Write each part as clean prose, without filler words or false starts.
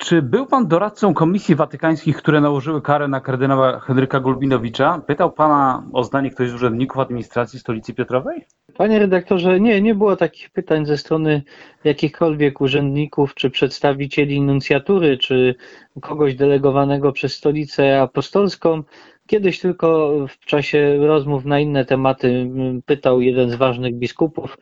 Czy był pan doradcą komisji watykańskich, które nałożyły karę na kardynała Henryka Gulbinowicza? Pytał pana o zdanie ktoś z urzędników administracji Stolicy Piotrowej? Panie redaktorze, nie było takich pytań ze strony jakichkolwiek urzędników, czy przedstawicieli nuncjatury, czy kogoś delegowanego przez Stolicę Apostolską. Kiedyś tylko w czasie rozmów na inne tematy pytał jeden z ważnych biskupów.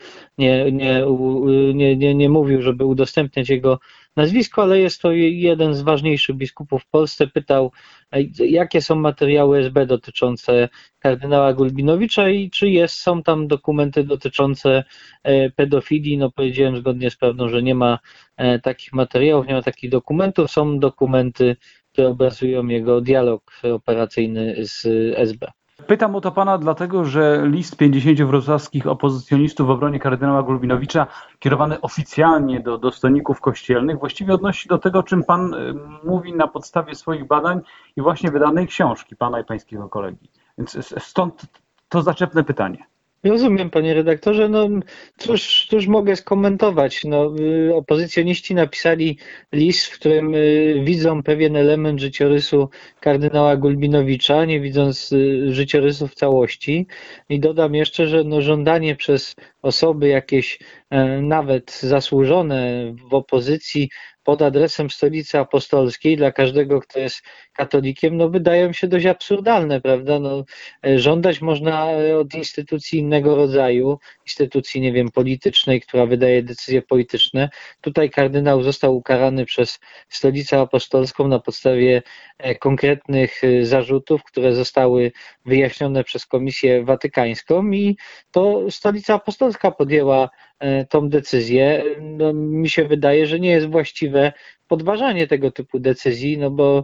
Nie mówił, żeby udostępniać jego nazwisko, ale jest to jeden z ważniejszych biskupów w Polsce. Pytał, jakie są materiały SB dotyczące kardynała Gulbinowicza i czy są tam dokumenty dotyczące pedofilii. No powiedziałem zgodnie z prawdą, że nie ma takich materiałów, nie ma takich dokumentów. Są dokumenty, które obrazują jego dialog operacyjny z SB. Pytam o to pana dlatego, że list 50 wrocławskich opozycjonistów w obronie kardynała Gulbinowicza kierowany oficjalnie do dostojników kościelnych właściwie odnosi do tego, o czym pan mówi na podstawie swoich badań i właśnie wydanej książki pana i pańskiego kolegi. Więc stąd to zaczepne pytanie. Rozumiem, panie redaktorze. No cóż mogę skomentować. No, opozycjoniści napisali list, w którym widzą pewien element życiorysu kardynała Gulbinowicza, nie widząc życiorysu w całości. I dodam jeszcze, że no, żądanie przez osoby jakieś nawet zasłużone w opozycji pod adresem Stolicy Apostolskiej dla każdego, kto jest katolikiem, no wydają się dość absurdalne, prawda? No, żądać można od instytucji innego rodzaju, instytucji, nie wiem, politycznej, która wydaje decyzje polityczne. Tutaj kardynał został ukarany przez Stolicę Apostolską na podstawie konkretnych zarzutów, które zostały wyjaśnione przez Komisję Watykańską i to Stolica Apostolska podjęła tą decyzję. No, mi się wydaje, że nie jest właściwe podważanie tego typu decyzji, no bo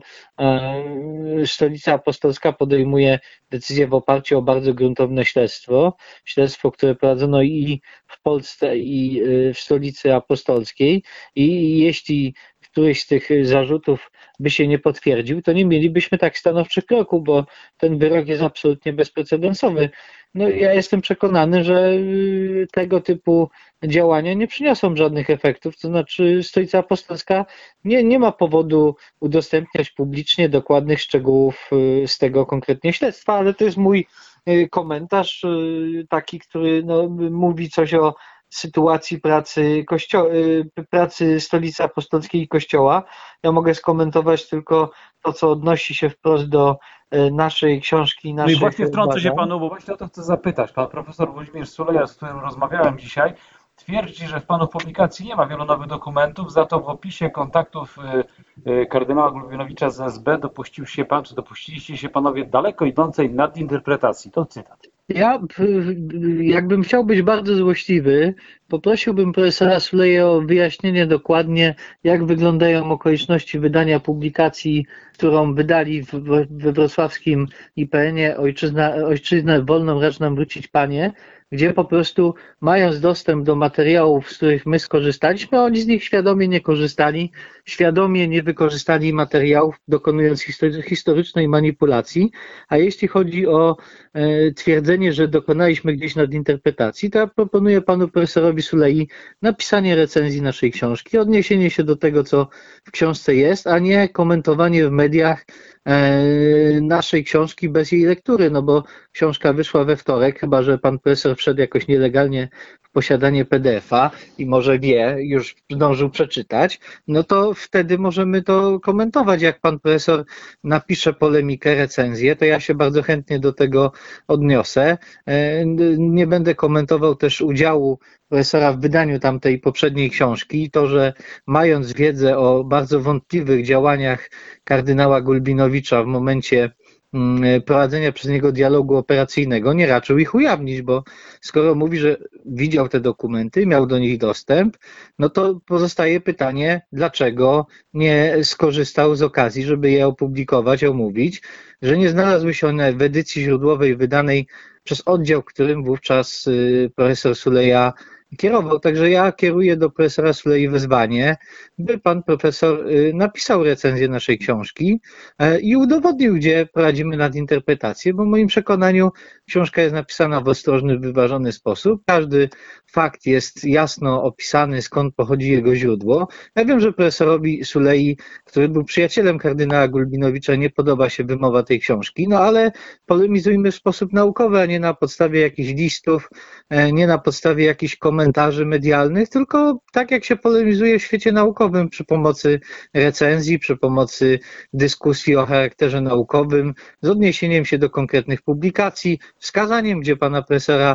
Stolica Apostolska podejmuje decyzję w oparciu o bardzo gruntowne śledztwo, które prowadzono i w Polsce, i w Stolicy Apostolskiej, i jeśli któryś z tych zarzutów by się nie potwierdził, to nie mielibyśmy tak stanowczych kroków, bo ten wyrok jest absolutnie bezprecedensowy. No, ja jestem przekonany, że tego typu działania nie przyniosą żadnych efektów, to znaczy Stolica Apostolska nie ma powodu udostępniać publicznie dokładnych szczegółów z tego konkretnie śledztwa, ale to jest mój komentarz taki, który no, mówi coś o sytuacji pracy Stolicy Apostolskiej i Kościoła. Ja mogę skomentować tylko to, co odnosi się wprost do naszej książki. No i właśnie wtrącę się panu, bo właśnie o to chcę zapytać. Pan profesor Włodzimierz Suleja, z którym rozmawiałem dzisiaj, twierdzi, że w panu publikacji nie ma wielu nowych dokumentów, za to w opisie kontaktów kardynała Gulbinowicza z SB dopuściliście się panowie daleko idącej nadinterpretacji. To cytat. Ja, jakbym chciał być bardzo złośliwy, poprosiłbym profesora Suleję o wyjaśnienie dokładnie, jak wyglądają okoliczności wydania publikacji, którą wydali we wrocławskim IPN-ie Ojczyznę wolną racz nam wrócić, Panie, gdzie po prostu mając dostęp do materiałów, z których my skorzystaliśmy, oni z nich świadomie nie korzystali, świadomie nie wykorzystali materiałów, dokonując historycznej manipulacji, a jeśli chodzi o twierdzenie, że dokonaliśmy gdzieś nadinterpretacji, to ja proponuję panu profesorowi Sulei napisanie recenzji naszej książki, odniesienie się do tego, co w książce jest, a nie komentowanie w mediach naszej książki bez jej lektury, no bo książka wyszła we wtorek, chyba że pan profesor wszedł jakoś nielegalnie w posiadanie PDF-a i może już zdążył przeczytać, no to wtedy możemy to komentować. Jak pan profesor napisze polemikę, recenzję, to ja się bardzo chętnie do tego odniosę. Nie będę komentował też udziału profesora w wydaniu tamtej poprzedniej książki. To, że mając wiedzę o bardzo wątpliwych działaniach kardynała Gulbinowicza w momencie prowadzenia przez niego dialogu operacyjnego, nie raczył ich ujawnić, bo skoro mówi, że widział te dokumenty, miał do nich dostęp, no to pozostaje pytanie, dlaczego nie skorzystał z okazji, żeby je opublikować, omówić, że nie znalazły się one w edycji źródłowej wydanej przez oddział, którym wówczas profesor Suleja kierował. Także ja kieruję do profesora Sulei wezwanie, by pan profesor napisał recenzję naszej książki i udowodnił, gdzie prowadzimy nadinterpretację, bo w moim przekonaniu książka jest napisana w ostrożny, wyważony sposób. Każdy fakt jest jasno opisany, skąd pochodzi jego źródło. Ja wiem, że profesorowi Sulei, który był przyjacielem kardynała Gulbinowicza, nie podoba się wymowa tej książki, no ale polemizujmy w sposób naukowy, a nie na podstawie jakichś listów, nie na podstawie jakichś komentarzy medialnych, tylko tak jak się polemizuje w świecie naukowym przy pomocy recenzji, przy pomocy dyskusji o charakterze naukowym, z odniesieniem się do konkretnych publikacji, wskazaniem, gdzie pana profesora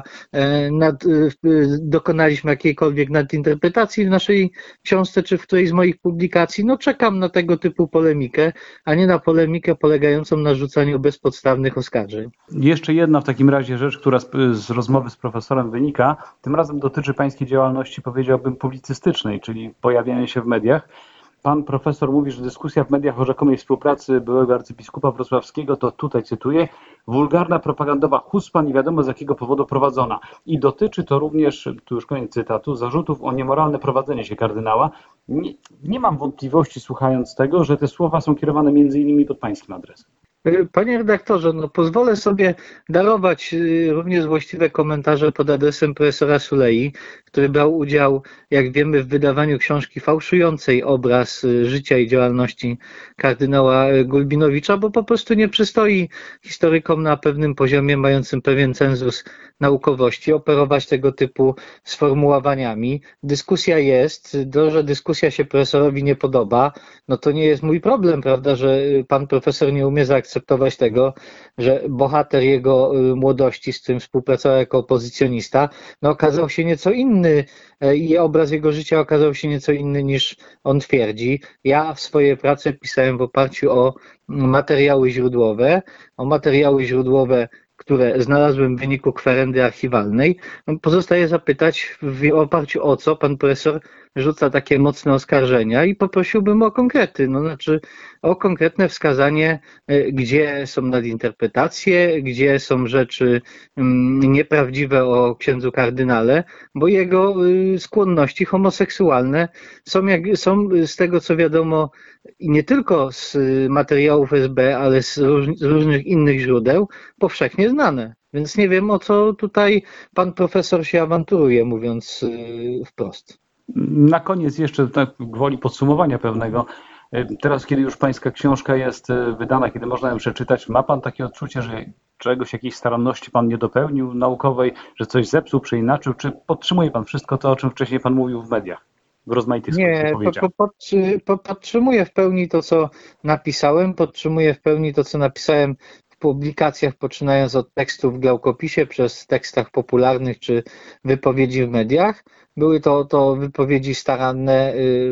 dokonaliśmy jakiejkolwiek nadinterpretacji w naszej książce, czy w którejś z moich publikacji. No czekam na tego typu polemikę, a nie na polemikę polegającą na rzucaniu bezpodstawnych oskarżeń. Jeszcze jedna w takim razie rzecz, która z rozmowy z profesorem wynika, tym razem dotyczy pańskiej działalności, powiedziałbym, publicystycznej, czyli pojawiania się w mediach. Pan profesor mówi, że dyskusja w mediach o rzekomej współpracy byłego arcybiskupa wrocławskiego to, tutaj cytuję, wulgarna propagandowa hucpa nie wiadomo z jakiego powodu prowadzona. I dotyczy to również, tu już koniec cytatu, zarzutów o niemoralne prowadzenie się kardynała. Nie mam wątpliwości, słuchając tego, że te słowa są kierowane między innymi pod pańskim adresem. Panie redaktorze, no pozwolę sobie darować również właściwe komentarze pod adresem profesora Sulei, który brał udział, jak wiemy, w wydawaniu książki fałszującej obraz życia i działalności kardynała Gulbinowicza, bo po prostu nie przystoi historykom na pewnym poziomie, mającym pewien cenzus naukowości, operować tego typu sformułowaniami. Dyskusja jest, to, że dyskusja się profesorowi nie podoba, no to nie jest mój problem, prawda, że pan profesor nie umie zaakceptować tego, że bohater jego młodości, z którym współpracował jako opozycjonista, no okazał się nieco inny i obraz jego życia okazał się nieco inny niż on twierdzi. Ja w swojej pracy pisałem w oparciu o materiały źródłowe, które znalazłem w wyniku kwerendy archiwalnej. Pozostaje zapytać, w oparciu o co pan profesor rzuca takie mocne oskarżenia i poprosiłbym o konkrety, no znaczy o konkretne wskazanie, gdzie są nadinterpretacje, gdzie są rzeczy nieprawdziwe o księdzu kardynale, bo jego skłonności homoseksualne są z tego co wiadomo i nie tylko z materiałów SB, ale z różnych innych źródeł powszechnie znane. Więc nie wiem, o co tutaj pan profesor się awanturuje, mówiąc wprost. Na koniec jeszcze tak gwoli podsumowania pewnego. Teraz, kiedy już pańska książka jest wydana, kiedy można ją przeczytać, ma pan takie odczucie, że czegoś, jakiejś staranności pan nie dopełnił naukowej, że coś zepsuł, przeinaczył, czy podtrzymuje pan wszystko to, o czym wcześniej pan mówił w mediach, w rozmaitych swoich wypowiedziach? Podtrzymuję w pełni to, co napisałem, podtrzymuję w pełni to, co napisałem w publikacjach, poczynając od tekstów w Glaukopisie, przez tekstach popularnych czy wypowiedzi w mediach. Były to wypowiedzi staranne,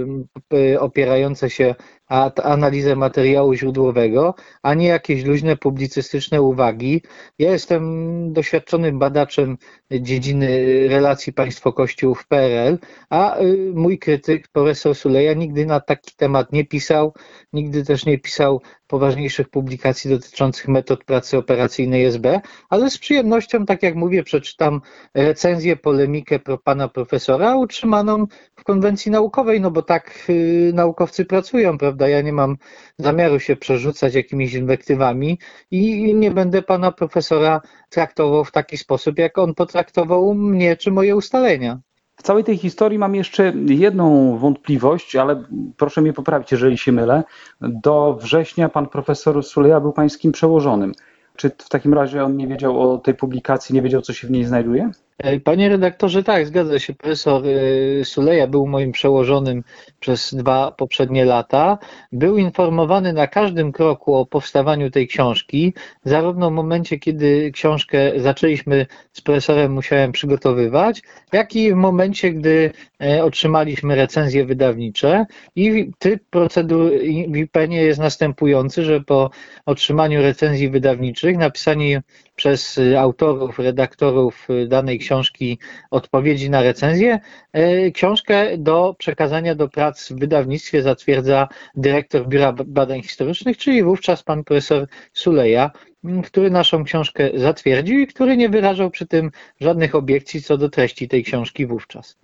opierające się na analizę materiału źródłowego, a nie jakieś luźne publicystyczne uwagi. Ja jestem doświadczonym badaczem dziedziny relacji państwo-kościół w PRL, a mój krytyk, profesor Suleja, nigdy na taki temat nie pisał, nigdy też nie pisał poważniejszych publikacji dotyczących metod pracy operacyjnej SB, ale z przyjemnością, tak jak mówię, przeczytam recenzję, polemikę pana profesora utrzymaną w konwencji naukowej, no bo tak naukowcy pracują, prawda? Ja nie mam zamiaru się przerzucać jakimiś inwektywami i nie będę pana profesora traktował w taki sposób, jak on potraktował mnie czy moje ustalenia. W całej tej historii mam jeszcze jedną wątpliwość, ale proszę mnie poprawić, jeżeli się mylę. Do września pan profesor Suleja był pańskim przełożonym. Czy w takim razie on nie wiedział o tej publikacji, nie wiedział, co się w niej znajduje? Panie redaktorze, tak, zgadza się. Profesor Suleja był moim przełożonym przez 2 poprzednie lata. Był informowany na każdym kroku o powstawaniu tej książki. Zarówno w momencie, kiedy książkę zaczęliśmy z profesorem, musiałem przygotowywać, jak i w momencie, gdy otrzymaliśmy recenzje wydawnicze. I typ procedur w IPN-ie jest następujący, że po otrzymaniu recenzji wydawniczych, napisanie przez autorów, redaktorów danej książki odpowiedzi na recenzję, książkę do przekazania do prac w wydawnictwie zatwierdza dyrektor Biura Badań Historycznych, czyli wówczas pan profesor Suleja. który naszą książkę zatwierdził i który nie wyrażał przy tym żadnych obiekcji co do treści tej książki wówczas.